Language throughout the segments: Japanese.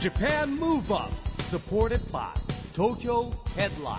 Japan Move Up, supported by Tokyo Headline。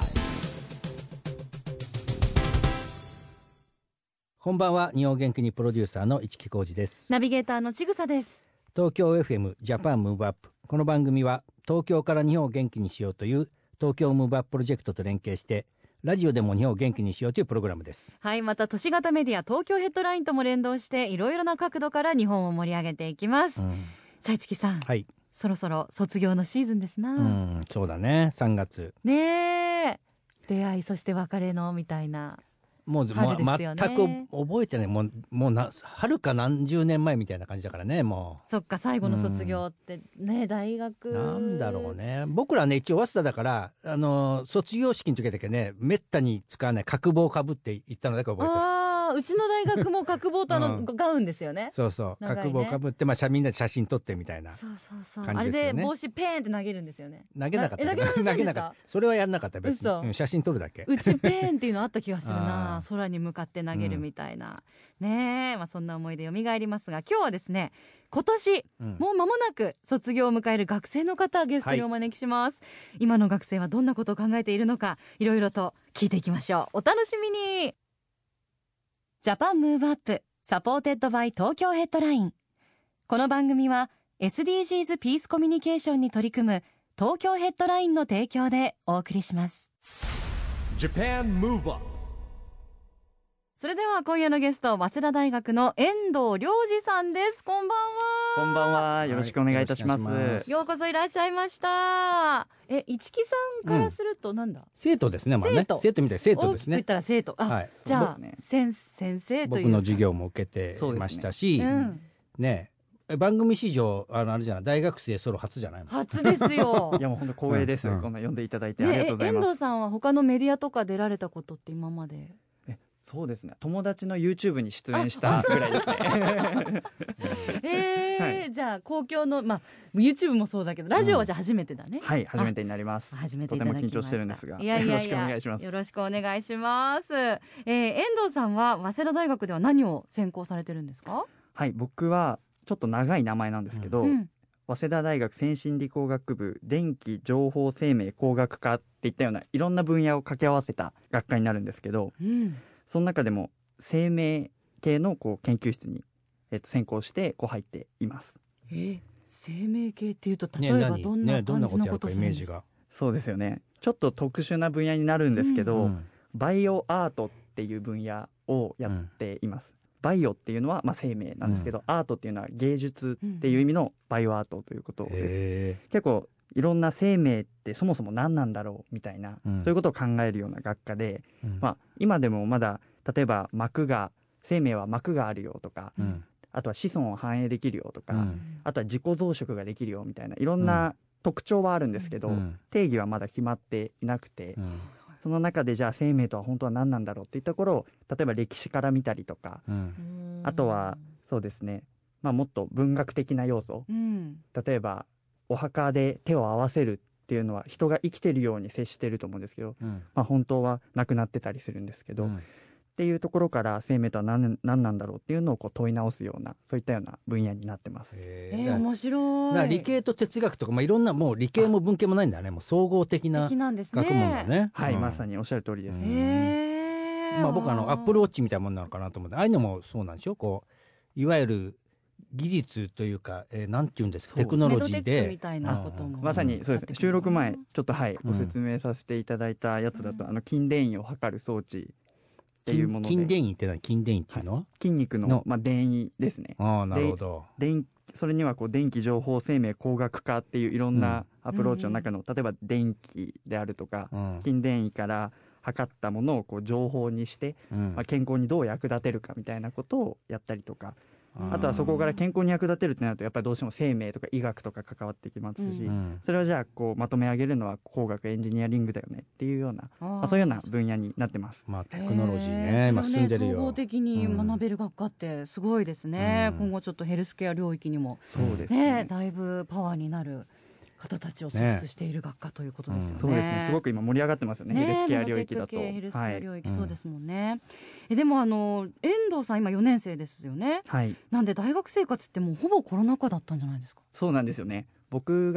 こんばんは。日本元気にプロデューサーの市木浩司です。 ナビゲーターのちぐさです。 東京 FM ジャパンムーブアップ。この番組は東京から日本を元気にしようという東京ムーブアッププロジェクトと連携してラジオでも日本を元気にしようというプログラムです。 はい、また都市型メディア東京ヘッドラインとも連動していろいろな角度から日本を盛り上げていきます。さあ市木さん、 はい、 そろそろ卒業のシーズンですな。 そうだね。3月ねえ、出会いそして別れのみたいな。 もう、 春ですよね。 全く覚えてない。もう春か何十年前みたいな感じだからね。もうそっか、最後の卒業ってね、大学なんだろうね。僕らね、一応早稲田だから卒業式の時だけね、めったに使わない角帽かぶって行ったのだけ覚えてる。 うちの大学も角帽とガウンですよね。 そうそう、 長いね、 角帽かぶって、みんなで写真撮ってみたいな感じですよね。 あれで帽子ペーンって投げるんですよね。 投げなかった。 投げなかった。 それはやんなかった。別に写真撮るだけ。 うちペーンっていうのあった気がするな。空に向かって投げるみたいな、ねえ、そんな思い出蘇りますが、今日はですね、今年、もう間もなく卒業を迎える学生の方、ゲストにお招きします。今の学生はどんなことを考えているのか、いろいろと聞いていきましょう。お楽しみに。ジャパンムーブアップサポーテッドバイ東京ヘッドライン。この番組は SDGs ピースコミュニケーションに取り組む東京ヘッドラインの提供でお送りします。 Japan Move Up。 それでは今夜のゲスト、早稲田大学の遠藤良二さんです。こんばんは。 こんばんは、よろしくお願いいたします。 ようこそいらっしゃいました。市木さんからするとなんだ、 生徒ですね。生徒みたい。生徒ですね。 大きく言ったら生徒。じゃあ、先生という僕の授業も受けてましたし、ね、番組史上あれじゃない、大学生ソロ初じゃないの。 初ですよ。 いや、もう本当光栄です。こんな呼んでいただいてありがとうございます。 遠藤さんは他のメディアとか出られたことって今まで？ そうですね、友達の YouTube に出演したぐらいですね。じゃあ公共のYouTube もそうだけど、ラジオはじゃあ初めてだね。 はい、初めてになります。 初めていとただきました。 ても緊張してるんですが、 よろしくお願いします。 よろしくお願いします。遠藤さんは早稲田大学では何を専攻されてるんですか？ はい、僕はちょっと長い名前なんですけど、早稲田大学先進理工学部電気情報生命工学科っていったようないろんな分野を掛け合わせた学科になるんですけど、その中でも生命系の研究室に、専攻して入っています。 生命系っていうと例えばどんな感じのことするんですか？ そうですよね、ちょっと特殊な分野になるんですけど、バイオアートっていう分野をやっています。バイオっていうのは生命なんですけど、アートっていうのは芸術っていう意味のバイオアートということです。結構いろんな生命ってそもそも何なんだろうみたいな、そういうことを考えるような学科で、今でもまだ例えば生命は膜があるよとか、あとは子孫を繁栄できるよとか、あとは自己増殖ができるよみたいないろんな特徴はあるんですけど、定義はまだ決まっていなくて、その中でじゃあ生命とは本当は何なんだろうっていったところを例えば歴史から見たりとか、あとはそうですね、もっと文学的な要素、例えばお墓で手を合わせるっていうのは人が生きてるように接してると思うんですけど、本当は亡くなってたりするんですけど、っていうところから生命とは何なんだろうっていうのを問い直すような、そういったような分野になってます。 面白い。 理系と哲学とか、いろんな、もう理系も文系もないんだね。もう総合的な学問だね。 はい、まさにおっしゃる通りです。 僕アップルウォッチみたいなものなのかなと思って、ああいうのもそうなんでしょ。いわゆる技術というか、なんていうんですか、テクノロジーでみたいなこともまさにそうですね。収録前ちょっとご説明させていただいたやつだと、筋電位を測る装置っていうもので、 筋電位って何？筋電位っていうのは、 筋肉の電位ですね。 なるほど。 それには電気情報生命工学科っていういろんなアプローチの中の、例えば電気であるとか、筋電位から測ったものを情報にして、健康にどう役立てるかみたいなことをやったりとか、あとはそこから健康に役立てるってなるとやっぱりどうしても生命とか医学とか関わってきますし、それをじゃあまとめ上げるのは工学エンジニアリングだよねっていうような、そういうような分野になってます。 テクノロジーね、今進んでるよ。 総合的に学べる学科ってすごいですね。今後ちょっとヘルスケア領域にもそうですね、 だいぶパワーになる方たちを創出している学科ということですよね。 そうですね、すごく今盛り上がってますよね、ヘルスケア領域だと。 ヘルスケア領域、そうですもんね。でも遠藤さん今4年生ですよね。なんで大学生活ってもうほぼコロナ禍だったんじゃないですか？ そうなんですよね。僕が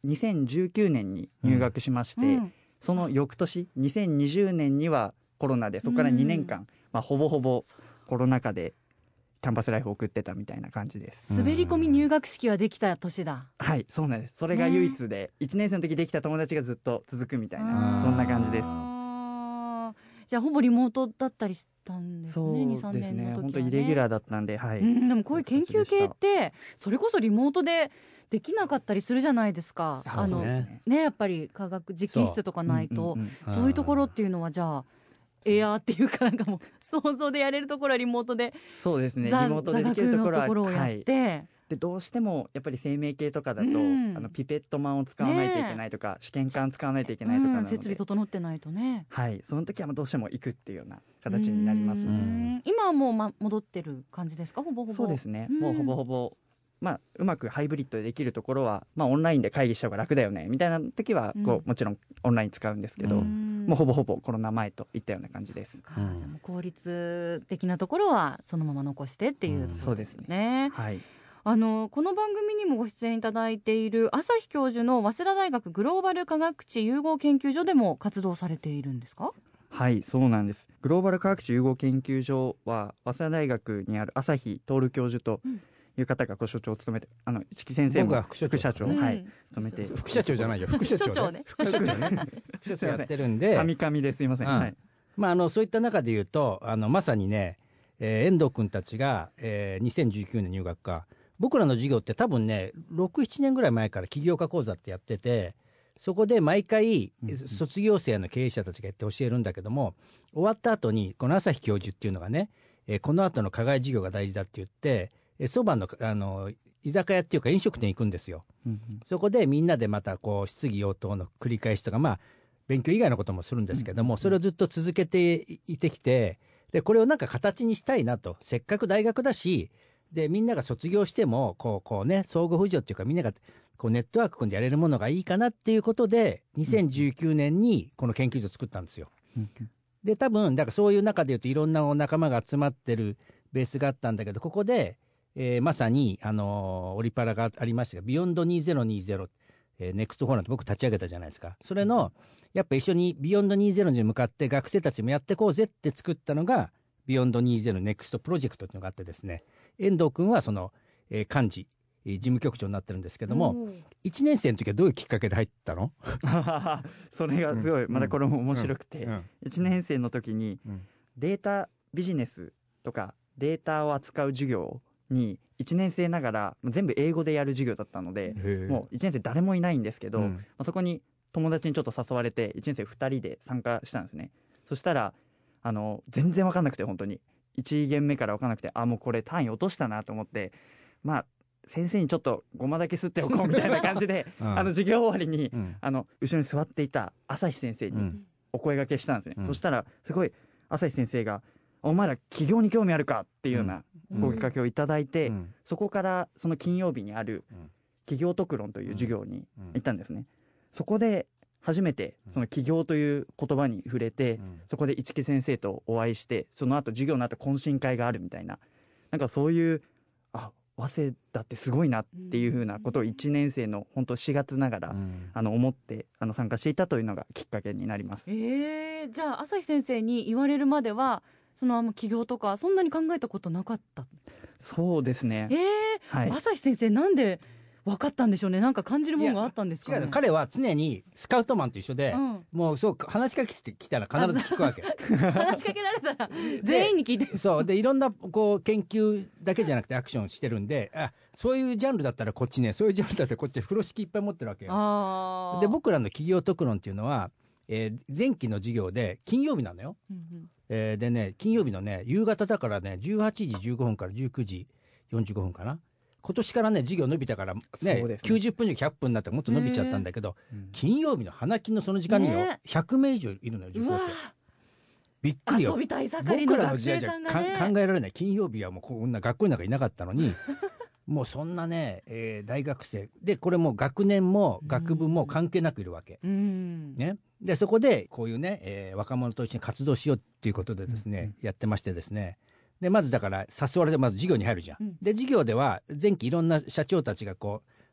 2019年に入学しまして、その翌年2020年にはコロナで、そこから2年間、ほぼほぼコロナ禍でキャンパスライフを送ってたみたいな感じです。 滑り込み入学式はできた年だ。 はい、そうなんです。それが唯一で、1年生の時できた友達がずっと続くみたいな、そんな感じです。 じゃあほぼリモートだったりしたんですね。2、3年の時はね。そうですね。 本当イレギュラーだったんで、はい。 でもこういう研究系ってそれこそリモートでできなかったりするじゃないですか。やっぱり科学実験室とかないと、そういうところっていうのはじゃあエアーっていうか、なんかもう想像でやれるところはリモートで、 そうですね、リモートでできるところはをやって、 でどうしてもやっぱり生命系とかだと、ピペットマンを使わないといけないとか、試験管使わないといけないとかなので、 設備整ってないとね、 はい、その時はどうしても行くっていうような形になりますね。 今はもう戻ってる感じですか？ほぼほぼ。 そうですね、もうほぼほぼ、うまくハイブリッドでできるところは、オンラインで会議した方が楽だよねみたいな時はもちろんオンライン使うんですけど、もうほぼほぼコロナ前といったような感じです。 じゃあもう効率的なところはそのまま残してっていうところですね。そうですね。はい。この番組にもご出演いただいている朝日教授の早稲田大学グローバル科学地融合研究所でも活動されているんですか？ はい、そうなんです。グローバル科学地融合研究所は早稲田大学にある朝日徹教授という方がご所長を務めて、市木先生も副社長、はい、務めて、 副社長じゃないよ、副社長ね、副社長やってるんで、 神々ですいません。はい。 そういった中で言うと、まさにね、遠藤君たちが、2019年入学か、僕らの授業って多分ね 6,7 年ぐらい前から起業家講座ってやってて、そこで毎回卒業生の経営者たちがやって教えるんだけども、終わった後にこの朝日教授っていうのがね、この後の課外授業が大事だって言って、そばの居酒屋っていうか飲食店行くんですよ。そこでみんなでまたこう質疑応答の繰り返しとか、勉強以外のこともするんですけども、それをずっと続けていてきて、でこれをなんか形にしたいなと。せっかく大学だし、でみんなが卒業してもこうね、相互扶助っていうか、みんながこうネットワーク組んでやれるものがいいかなっていうことで、2019年にこの研究所を作ったんですよ。で多分だからそういう中でいうと、いろんな仲間が集まってるベースがあったんだけど、ここで、まさにオリパラがありましたが、ビヨンド2020、ネクストフォーラムって僕立ち上げたじゃないですか。それのやっぱ一緒にビヨンド20に向かって学生たちもやってこうぜって作ったのがビヨンド20ネクストプロジェクトっていうのがあってですね、遠藤君はその、幹事事務局長になってるんですけども、1年生の時はどういうきっかけで入ったの？ それがすごい、またこれも面白くて、1年生の時にデータビジネスとかデータを扱う授業に1年生ながら全部英語でやる授業だったので、もう1年生誰もいないんですけど、そこに友達にちょっと誘われて1年生2人で参加したんですね。そしたら全然分かんなくて、本当に1限目から分かんなくて、もうこれ単位落としたなと思って、先生にちょっとごまだけ吸っておこうみたいな感じで授業終わりに、後ろに座っていた朝日先生にお声掛けしたんですね。そしたらすごい朝日先生が「お前ら起業に興味あるか?」っていうような声掛けをいただいて、そこからその金曜日にある起業特論という授業に行ったんですね。そこで初めてその起業という言葉に触れて、そこで市木先生とお会いして、その後授業の後懇親会があるみたいな、なんかそういう早稲田ってすごいなっていうふうなことを1年生の本当4月ながら、思って参加していたというのがきっかけになります。 じゃあ朝日先生に言われるまではその起業とかそんなに考えたことなかった？ そうですね。 はい、朝日先生なんで分かったんでしょうね。なんか感じるものがあったんですかね。 彼は常にスカウトマンと一緒で、もうそう話しかけてきたら必ず聞くわけ。 話しかけられたら全員に聞いてる。 そうで、いろんなこう研究だけじゃなくてアクションしてるんで、そういうジャンルだったらこっちね、そういうジャンルだったらこっちで風呂敷いっぱい持ってるわけよ。で僕らの企業特論っていうのは、前期の授業で金曜日なのよ。でね、金曜日のね夕方だからね、18時15分から19時45分かな。今年からね授業伸びたからね、90分じゃ100分になってもっと伸びちゃったんだけど、金曜日の花金のその時間によ、100名以上いるのよ、受講生。びっくりよ。 遊びたい盛りの学生さんがね、 考えられない。金曜日はもうこんな学校の中いなかったのにもうそんなね、大学生で、これも学年も学部も関係なくいるわけ、ね、でそこでこういうね、若者と一緒に活動しようっていうことでですね、やってましてですね、でまずだから誘われてまず授業に入るじゃん、で授業では前期いろんな社長たちがこ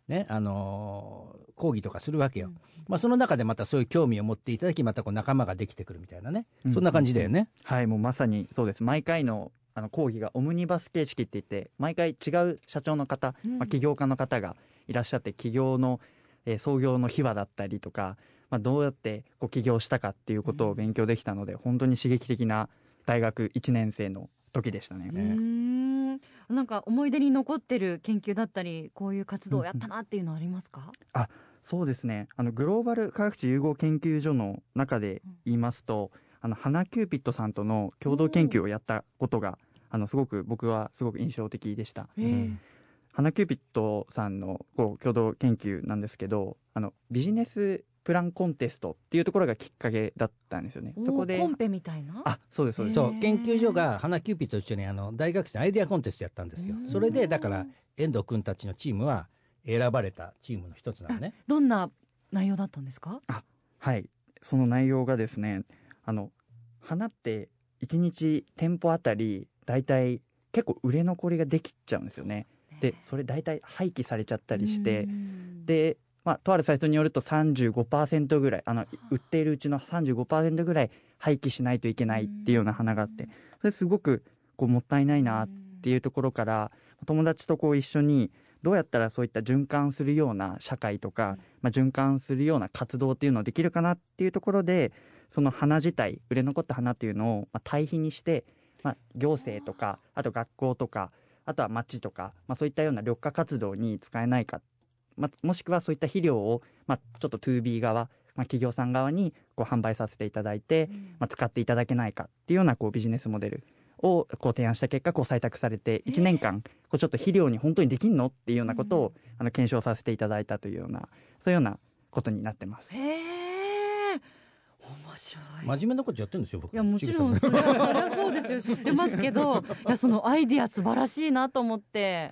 ね、講義とかするわけよ、まあ、その中でまたそういう興味を持っていただきまたこう仲間ができてくるみたいなね、そんな感じだよね。 はい、もうまさにそうです。毎回の講義がオムニバス形式って言って毎回違う社長の方、起業家の方がいらっしゃって起業の、創業の秘話だったりとか、どうやってこう起業したかっていうことを勉強できたので、本当に刺激的な大学1年生の時でしたね。 なんか思い出に残ってる研究だったりこういう活動をやったなっていうのはありますか？ そうですね、グローバル科学地融合研究所の中で言いますと、花キューピッドさんとの共同研究をやったことがすごく僕はすごく印象的でした。花キューピッドさんのこう共同研究なんですけど、ビジネスプランコンテストっていうところがきっかけだったんですよね。そこでコンペみたいな。 そうですそうです。 そう研究所が花キューピッドと一緒に大学生アイデアコンテストやったんですよ。それでだから遠藤君たちのチームは選ばれたチームの一つなのね。 どんな内容だったんですか？ はい、その内容がですね、花って1日店舗あたりだいたい結構売れ残りができちゃうんですよね。でそれだいたい廃棄されちゃったりして、でとあるサイトによると 35% ぐらい売っているうちの 35% ぐらい廃棄しないといけないっていうような花があって、それすごくこうもったいないなっていうところから友達とこう一緒にどうやったらそういった循環するような社会とか、循環するような活動っていうのをできるかなっていうところで、その花自体売れ残った花っていうのを堆肥にして、行政とかあと学校とかあとは町とか、そういったような緑化活動に使えないか、もしくはそういった肥料を、ちょっと 2B 側、企業さん側にこう販売させていただいて、使っていただけないかっていうようなこうビジネスモデルをこう提案した結果こう採択されて、1年間こうちょっと肥料に本当にできんのっていうようなことを検証させていただいたというような、そういうようなことになってます。 面白い。 真面目なことやってるんですよ僕。 いやもちろんそれはそうですよ、知ってますけど、いやそのアイディア素晴らしいなと思って。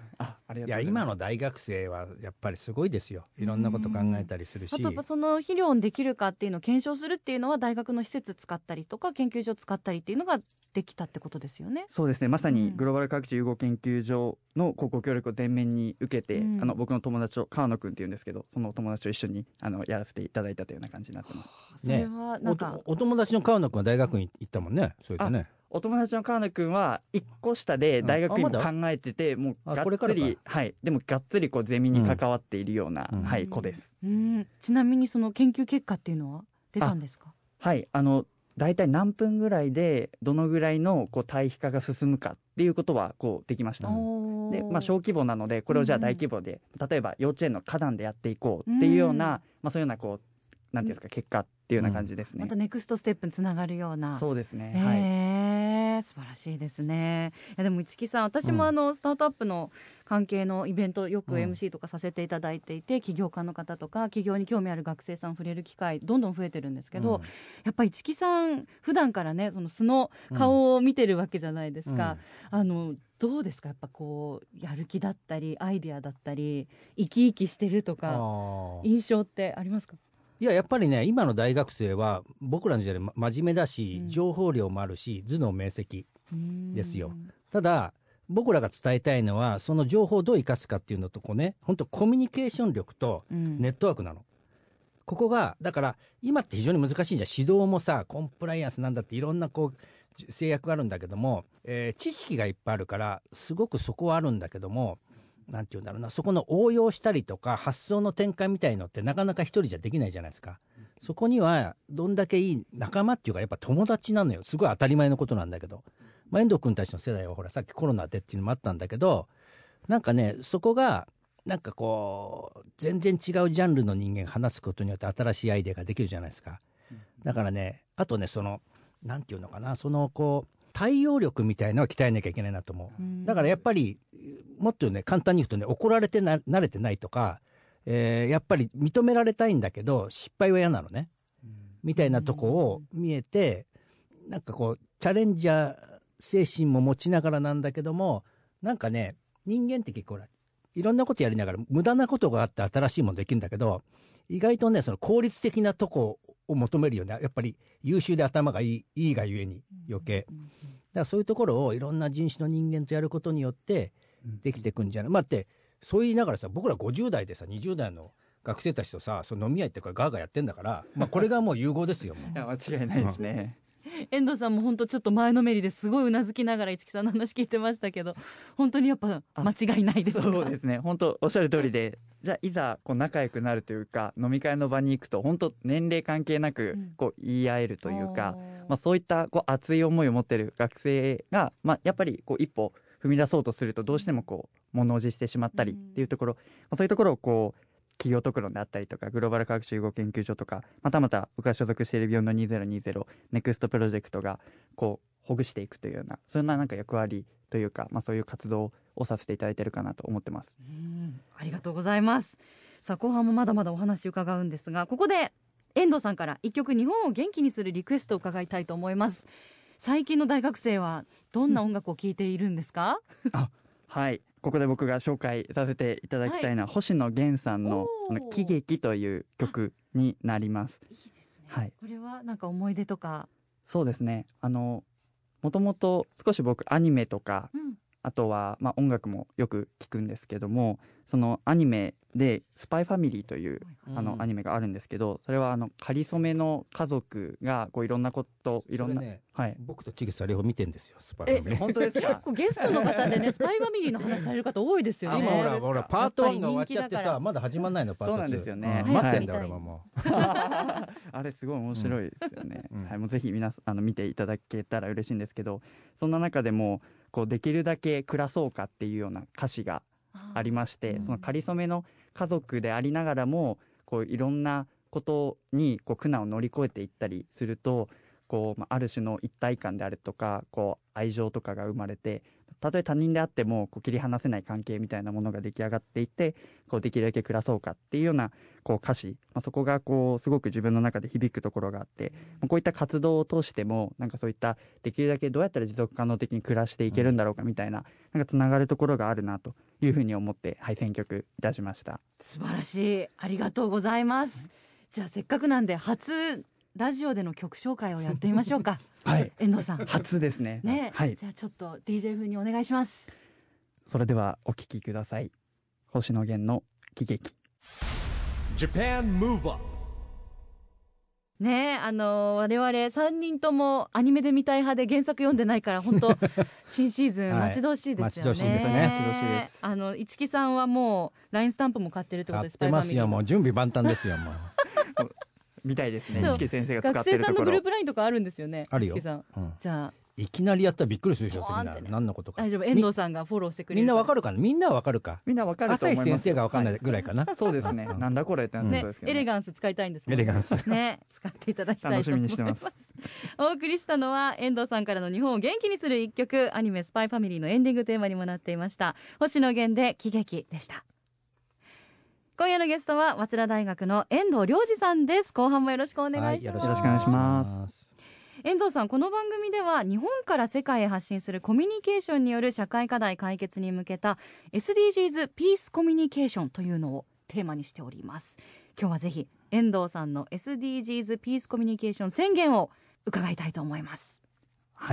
いや今の大学生はやっぱりすごいですよ。いろんなこと考えたりするし、 あとやっぱその肥料にできるかっていうのを検証するっていうのは大学の施設使ったりとか研究所使ったりっていうのができたってことですよね。 そうですね、まさにグローバル科学地融合研究所のご協力を全面に受けて、僕の友達と川野くんっていうんですけど、そのお友達と一緒にやらせていただいたというような感じになってます。 それはなんか、 お友達の川野くんは大学に行ったもんね。そういったね。 お友達の川野くんは1個下で大学院も考えてて、もうがっつり、でもがっつりこうゼミに関わっているような、子です。 ちなみにその研究結果っていうのは出たんですか？ 大体何分ぐらいでどのぐらいのこう堆肥化が進むかっていうことはこうできました。で、小規模なのでこれをじゃあ大規模で、例えば幼稚園の花壇でやっていこうっていうような、そういうようなこうなんていうんですか、結果っていうような感じですね。 またネクストステップにつながるような。 そうですね。 素晴らしいですね。いやでも市木さん、私もスタートアップの関係のイベントよく MC とかさせていただいていて、起業家の方とか起業に興味ある学生さん触れる機会どんどん増えてるんですけど、やっぱり市木さん普段からねその素の顔を見てるわけじゃないですか。どうですか、やっぱこうやる気だったりアイデアだったり生き生きしてるとか印象ってありますか？ いややっぱりね、今の大学生は僕らの時代真面目だし、情報量もあるし頭脳明晰ですよ。ただ僕らが伝えたいのはその情報をどう生かすかっていうのと本当コミュニケーション力とネットワークなの、ここがだから今って非常に難しいじゃん。指導もさコンプライアンスなんだっていろんなこう制約があるんだけども、知識がいっぱいあるからすごくそこはあるんだけども、なんていうんだろうな、そこの応用したりとか発想の転換みたいのってなかなか一人じゃできないじゃないですか。そこにはどんだけいい仲間っていうかやっぱ友達なのよ。すごい当たり前のことなんだけど、遠藤君たちの世代はほらさっきコロナでっていうのもあったんだけど、なんかねそこがなんかこう全然違うジャンルの人間が話すことによって新しいアイデアができるじゃないですか。だからね、あとねそのなんていうのかな、そのこう対応力みたいのは鍛えなきゃいけないなと思う。だからやっぱりもっとね簡単に言うとね、怒られて慣れてないとか、やっぱり認められたいんだけど失敗は嫌なのね、みたいなとこを見えて、なんかこうチャレンジャー精神も持ちながらなんだけども、なんかね人間って結構いろんなことやりながら無駄なことがあって新しいものできるんだけど、意外とねその効率的なとこを求めるよね。やっぱり優秀で頭がいいがゆえに余計、だからそういうところをいろんな人種の人間とやることによってできていくんじゃない。ってそう言いながらさ、僕ら50代でさ20代の学生たちとさ、その飲み屋っていうかガーガーやってんだから、まあ、これがもう融合ですよもう。 いや間違いないですね。 遠藤さんも本当ちょっと前のめりですごいうなずきながら市木さんの話聞いてましたけど、本当にやっぱ間違いないですか？ そうですね、本当おっしゃる通りで、じゃあいざこう仲良くなるというか、飲み会の場に行くと本当年齢関係なくこう言い合えるというか、まあ、そういったこう熱い思いを持っている学生が、まあ、やっぱりこう一歩踏み出そうとするとどうしてもこう物おじしてしまったりっていうところ、まあ、そういうところをこう企業特論であったりとかグローバル科学集合研究所とか、また僕が所属しているビヨンド2020ネクストプロジェクトがこうほぐしていくというような、そんななんか役割というか、まあ、そういう活動をさせていただいているかなと思ってます。 ありがとうございます。さあ後半もまだまだお話伺うんですが、ここで遠藤さんから一曲日本を元気にするリクエストを伺いたいと思います。最近の大学生はどんな音楽を聴いているんですか？ はい、ここで僕が紹介させていただきたいのは、星野源さんの「喜劇」という曲になります。 いいですね、 はい、 これはなんか思い出とか？ そうですね、もともと少し僕アニメとか、あとはまあ音楽もよく聞くんですけども、そのアニメでスパイファミリーというアニメがあるんですけど、それはかりそめの家族がこういろんなこといろんな、 ね、 はい、 僕と千草両方見てんですよスパイファミリー。 本当ですか？ 結構ゲストの方でねスパイファミリーの話される方多いですよね。 今ほらパート1が終わっちゃってさ、まだ始まんないのパート2。 そうなんですよね、 待ってんだ俺ももうあれすごい面白いですよね、はい、もうぜひ皆さん見ていただけたら嬉しいんですけど、そんな中でもこうできるだけ暮らそうかっていうような歌詞がありまして、そのかりそめの家族でありながらもこういろんなことにこう苦難を乗り越えていったりすると、こうある種の一体感であるとかこう愛情とかが生まれて、たとえ他人であってもこう切り離せない関係みたいなものが出来上がっていて、こうできるだけ暮らそうかっていうようなこう歌詞、そこがこうすごく自分の中で響くところがあって、こういった活動を通してもなんかそういったできるだけどうやったら持続可能的に暮らしていけるんだろうかみたいな、なんかつながるところがあるなというふうに思って、はい、選曲いたしました。 素晴らしい、ありがとうございます。じゃあせっかくなんで初ラジオでの曲紹介をやってみましょうか。 はい、 遠藤さん初ですね。はい、 じゃあちょっと DJ 風にお願いします。 それではお聴きください。星野源の喜劇。 Japan Move Up。 ねえ、我々3人ともアニメで見たい派で原作読んでないから本当新シーズン待ち遠しいですよね。 待ち遠しいですね。 待ち遠しいです。 市木さんはもう LINE スタンプも買ってるってことです。 買ってますよ、もう準備万端ですよもうみたいですね。市木先生が使ってるところ。 学生さんのグループ LINE とかあるんですよね。 あるよ、 市木さん、じゃあいきなりやったらびっくりするでしょみんな、何のことか。 大丈夫、遠藤さんがフォローしてくれる。 みんなわかるかな。みんなはわかるか。 みんなわかると思います。 朝日先生がわかんないぐらいかな。 そうですね。なんだこれってなってそうですけどエレガンス使いたいんですもんね。 エレガンスね、使っていただきたいと思います。 楽しみにしてます。 お送りしたのは遠藤さんからの日本を元気にする一曲、アニメスパイファミリーのエンディングテーマにもなっていました星野源で喜劇でした。今夜のゲストは早稲田大学の遠藤良二さんです。後半もよろしくお願いします。 よろしくお願いします。 遠藤さん、この番組では日本から世界へ発信するコミュニケーションによる社会課題解決に向けた SDGs ピースコミュニケーションというのをテーマにしております。今日はぜひ遠藤さんの SDGs ピースコミュニケーション宣言を伺いたいと思います。 はい、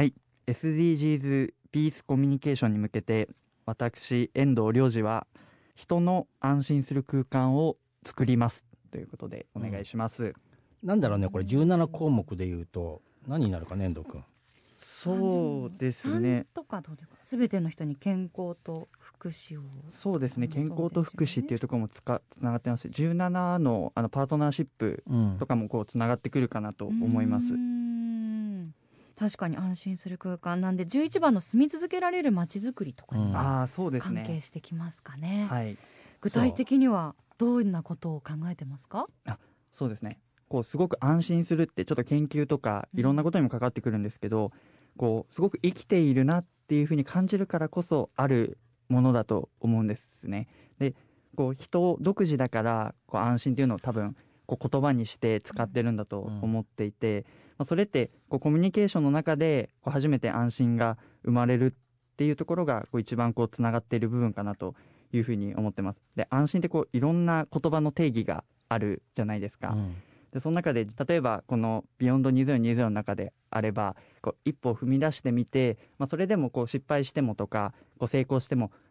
SDGs ピースコミュニケーションに向けて、私遠藤良二は人の安心する空間を作りますということでお願いします。 なんだろうね、これ17項目でいうと何になるかね、遠藤君。 そうですね。 とかどうですか。すべての人に健康と福祉を。 そうですね。健康と福祉っていうところもつながってます。17のパートナーシップとかもこうつながってくるかなと思います。 確かに安心する空間なんで、11番の住み続けられる街づくりとかに関係してきますかね。はい、具体的にはどんなことを考えてますか。 そうですね。こうすごく安心するってちょっと研究とかいろんなことにもかかってくるんですけど、こうすごく生きているなっていうふうに感じるからこそあるものだと思うんですね。で、こう人独自だからこう安心っていうのを多分こう言葉にして使ってるんだと思っていて、それってこうコミュニケーションの中でこう初めて安心が生まれるっていうところがこう一番こうつながっている部分かなというふうに思ってます。で、安心ってこういろんな言葉の定義があるじゃないですか。でその中で例えばこのビヨンド2020の中であればこう一歩踏み出してみて、それでもこう失敗してもとかこう成功しても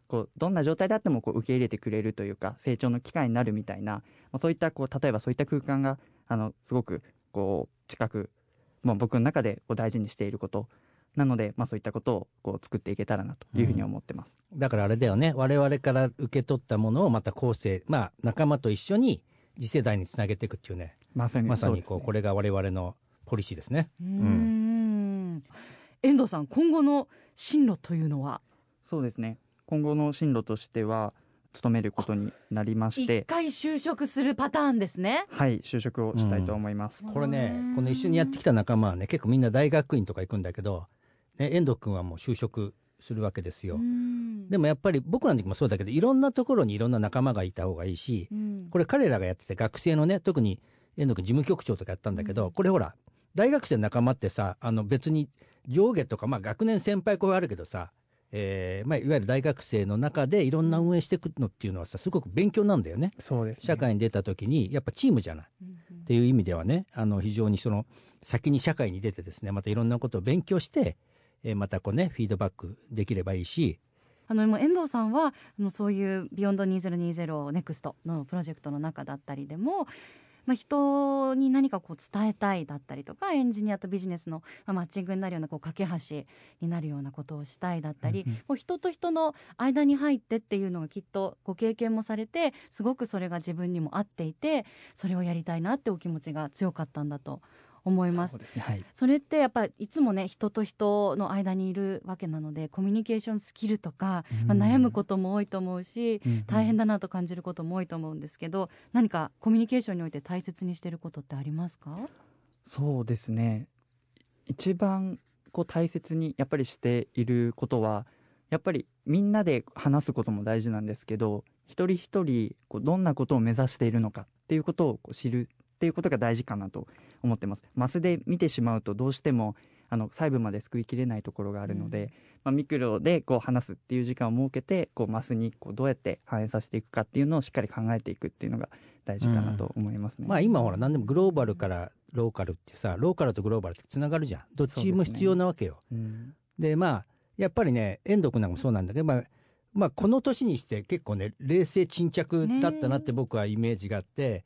こうどんな状態であってもこう受け入れてくれるというか成長の機会になるみたいな、そういったこう例えばそういった空間がすごくこう近く、僕の中でこう大事にしていることなので、そういったことをこう作っていけたらなというふうに思ってます、 だからあれだよね、我々から受け取ったものをまた後世、仲間と一緒に次世代につなげていくっていうね、まさにこれが我々のポリシーですね。 遠藤さん、今後の進路というのは？ そうですね、今後の進路としては勤めることになりまして、 一回就職するパターンですね。 はい、就職をしたいと思います、 これね、この一緒にやってきた仲間はね、結構みんな大学院とか行くんだけど、ね、遠藤君はもう就職するわけですよ。でもやっぱり僕らの時もそうだけど、いろんなところにいろんな仲間がいた方がいいし、これ彼らがやってて学生のね、特に遠藤君事務局長とかやったんだけど、これほら大学生の仲間ってさ、別に上下とか、学年先輩後輩あるけどさ、いわゆる大学生の中でいろんな運営していくのっていうのはさ、すごく勉強なんだよね。 そうですね、 社会に出た時にやっぱチームじゃない、っていう意味ではね、非常にその先に社会に出てですね、またいろんなことを勉強して、またこうねフィードバックできればいいし、 今遠藤さんはそういうビヨンド2020ネクストのプロジェクトの中だったりでも、人に何かこう伝えたいだったりとか、エンジニアとビジネスのマッチングになるようなこう架け橋になるようなことをしたいだったり、こう人と人の間に入ってっていうのがきっとご経験もされて、すごくそれが自分にも合っていて、それをやりたいなってお気持ちが強かったんだと思います。 そうですね、はい、 それってやっぱりいつもね、人と人の間にいるわけなので、コミュニケーションスキルとか、悩むことも多いと思うし、大変だなと感じることも多いと思うんですけど、何かコミュニケーションにおいて大切にしていることってありますか？ そうですね、一番こう大切にやっぱりしていることは、やっぱりみんなで話すことも大事なんですけど、一人一人こうどんなことを目指しているのかっていうことをこう知るっていうことが大事かなと思ってます。マスで見てしまうとどうしても細部まですくいきれないところがあるので、ミクロでこう話すっていう時間を設けて、こうマスにこうどうやって反映させていくかっていうのをしっかり考えていくっていうのが大事かなと思いますね。 今ほら何でもグローバルからローカルってさ、ローカルとグローバルってつながるじゃん。どっちも必要なわけよ。でやっぱりね、遠藤君なんかもそうなんだけど、この年にして結構ね冷静沈着だったなって僕はイメージがあって、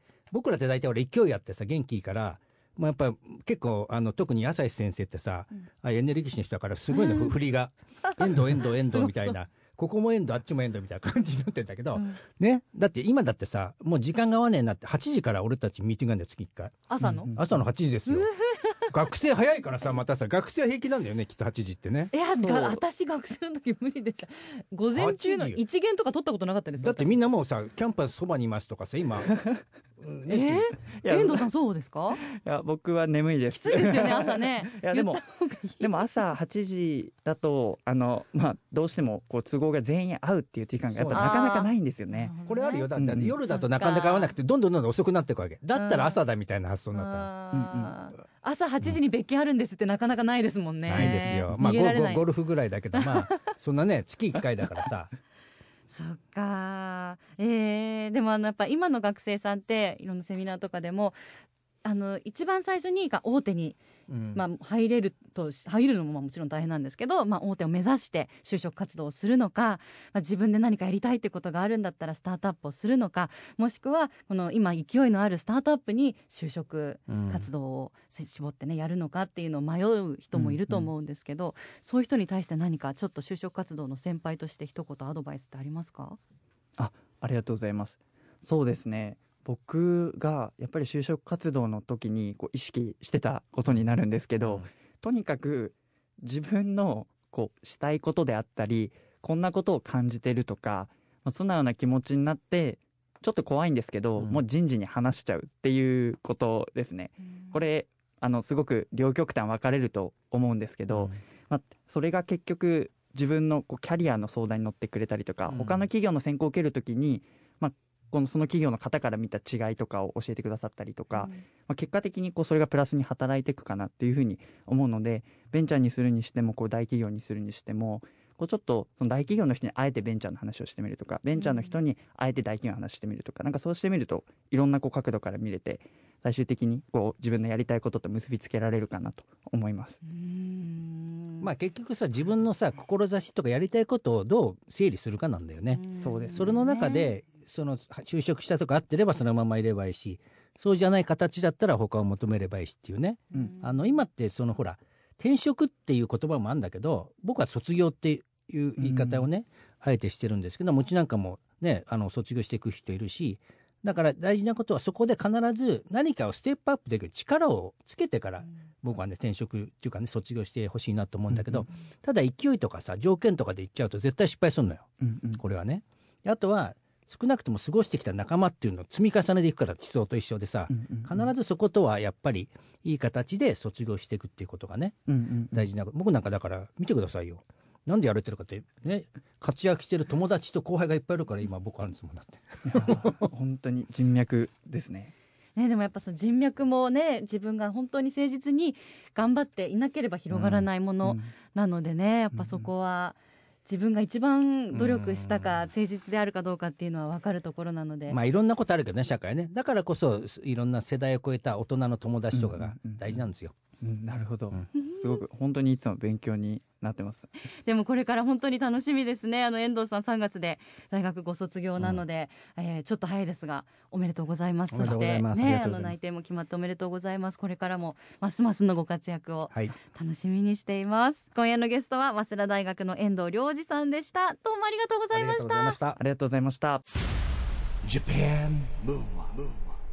僕らって大体俺勢いあってさ元気いいから、やっぱ結構特に朝日先生ってさ、エネルギッシュの人だからすごいの、振りが遠藤みたいなここも遠藤あっちも遠藤みたいな感じになってんだけど、ね、だって今だってさ、もう時間が合わねえなって、8時から俺たちミーティングなんだよ、月1回。 朝の 8時ですよ。学生早いからさ、またさ、学生は平気なんだよね、きっと8時ってね。 いや、私学生の時無理でした。午前中の一限とか取ったことなかったです。 だってみんなもうさ、キャンパスそばにいますとかさ、今遠藤さんそうですか？ いや、僕は眠いです。 きついですよね、朝ね。 いやでも朝8時だとどうしてもこう都合が全員合うっていう時間がやっぱなかなかないんですよね。 これあるよ。だって夜だとなかなか合わなくて、どんどん遅くなっていくわけだったら、朝だみたいな発想になったら、 朝8時に別件あるんですってなかなかないですもんね。 ないですよ。ゴルフぐらいだけど、そんなね月1回だからさ。 そっか。でもやっぱ今の学生さんっていろんなセミナーとかでも一番最初に大手に、入るのももちろん大変なんですけど、大手を目指して就職活動をするのか、自分で何かやりたいってことがあるんだったらスタートアップをするのか、もしくはこの今勢いのあるスタートアップに就職活動を絞ってねやるのかっていうのを迷う人もいると思うんですけど、そういう人に対して何かちょっと就職活動の先輩として一言アドバイスってありますか？ ありがとうございます。そうですね、僕がやっぱり就職活動の時にこう意識してたことになるんですけど、とにかく自分のこうしたいことであったり、こんなことを感じてるとか、素直な気持ちになってちょっと怖いんですけど、もう人事に話しちゃうっていうことですね。これすごく両極端分かれると思うんですけど、それが結局自分のこうキャリアの相談に乗ってくれたりとか、他の企業の選考を受けるときに、その企業の方から見た違いとかを教えてくださったりとか、結果的にこうそれがプラスに働いていくかなっていうふうに思うので、ベンチャーにするにしても大企業にするにしてもこうちょっとその大企業の人にあえてベンチャーの話をしてみるとか、ベンチャーの人にあえて大企業の話をしてみるとか、なんかそうしてみるといろんなこう角度から見れて、最終的にこう自分のやりたいことと結びつけられるかなと思います。 まあ結局さ、自分のさ志とかやりたいことをどう整理するかなんだよね。 そうです。 それの中でその就職したとか合ってればそのままいればいいし、そうじゃない形だったら他を求めればいいしっていうね、今ってそのほら転職っていう言葉もあるんだけど、僕は卒業っていう言い方をね、あえてしてるんですけど、うちなんかもね卒業していく人いるし、だから大事なことはそこで必ず何かをステップアップできる力をつけてから僕はね転職っていうかね卒業してほしいなと思うんだけど、ただ勢いとかさ条件とかでいっちゃうと絶対失敗するのよ、これはね。あとは少なくとも過ごしてきた仲間っていうのを積み重ねていくから、地層と一緒でさ、必ずそことはやっぱりいい形で卒業していくっていうことがね、大事な。僕なんかだから見てくださいよ、なんでやれてるかってね、活躍してる友達と後輩がいっぱいいるから今僕あるんですもん。だって本当に人脈ですね。 でもやっぱその人脈もね、自分が本当に誠実に頑張っていなければ広がらないものなのでね、やっぱそこは自分が一番努力したか誠実であるかどうかっていうのは分かるところなので、 いろんなことあるけどね社会ね。だからこそいろんな世代を超えた大人の友達とかが大事なんですよ。 なるほど、すごく本当にいつも勉強になってます。 でもこれから本当に楽しみですね。遠藤さん3月で大学ご卒業なので、ちょっと早いですがおめでとうございます。そしてね、内定も決まっておめでとうございます。これからもますますのご活躍を楽しみにしています、今夜のゲストは早稲田大学の遠藤良二さんでした。どうもありがとうございました。 ありがとうございました。 Japan Move Up。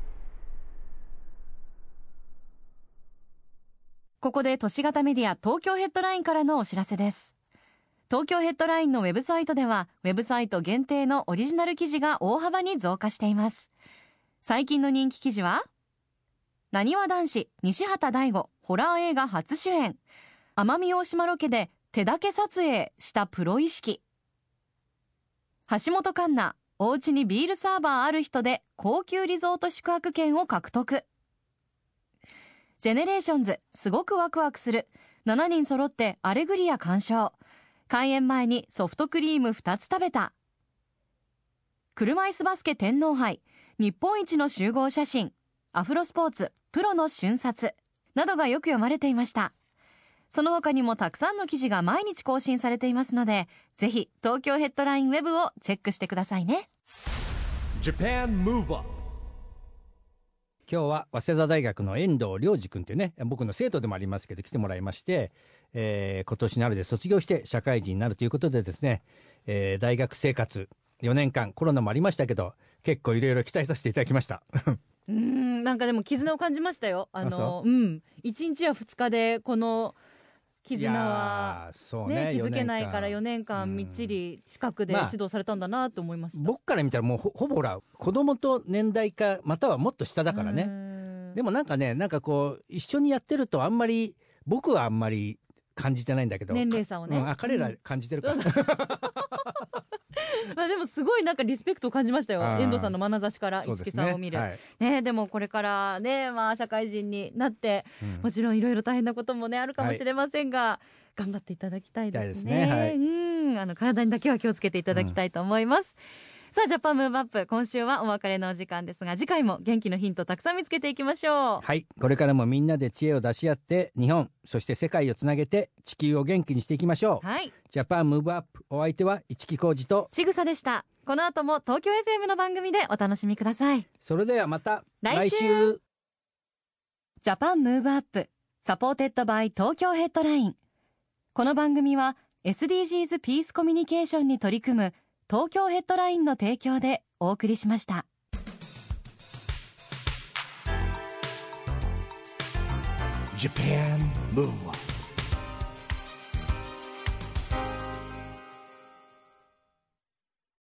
ここで都市型メディア東京ヘッドラインからのお知らせです。東京ヘッドラインのウェブサイトではウェブサイト限定のオリジナル記事が大幅に増加しています。最近の人気記事は、なにわ男子西畑大吾ホラー映画初主演、奄美大島ロケで手だけ撮影したプロ意識、橋本環奈お家にビールサーバーある人で高級リゾート宿泊券を獲得、ジェネレーションズすごくワクワクする、7人揃ってアレグリア鑑賞、開演前にソフトクリーム2つ食べた、車椅子バスケ天皇杯日本一の集合写真、アフロスポーツプロの瞬殺などがよく読まれていました。その他にもたくさんの記事が毎日更新されていますので、ぜひ東京ヘッドラインウェブをチェックしてくださいね。 Japan Move Up。 今日は早稲田大学の遠藤良二君というね、僕の生徒でもありますけど来てもらいまして、今年の春で卒業して社会人になるということでですね、大学生活4年間コロナもありましたけど結構いろいろ期待させていただきましたなんかでも絆を感じましたよ。1日や2日でこの絆は、ね、気づけないから4年間みっちり近くで指導されたんだなと思いました。 僕から見たらもうほぼほら子供と年代かまたはもっと下だからね。でもなんかね、なんかこう一緒にやってるとあんまり僕はあんまり感じてないんだけど、 年齢差をね、 彼ら感じてるから、 まあでもすごいなんかリスペクトを感じましたよ、遠藤さんの眼差しから市木さんを見る、でもこれからね、社会人になって、もちろんいろいろ大変なこともねあるかもしれませんが、頑張っていただきたいですね。体にだけは気をつけていただきたいと思います、さあジャパンムーブアップ、今週はお別れのお時間ですが、次回も元気のヒントたくさん見つけていきましょう。 はい、これからもみんなで知恵を出し合って日本そして世界をつなげて地球を元気にしていきましょう。ジャパンムーブアップ、お相手は市木浩二とちぐさでした。この後も東京 FM の番組でお楽しみください。 それではまた来週。 ジャパンムーブアップサポーテッドバイ東京ヘッドライン。この番組は SDGs ピースコミュニケーションに取り組む東京ヘッドラインの提供でお送りしました。 Japan Move Up。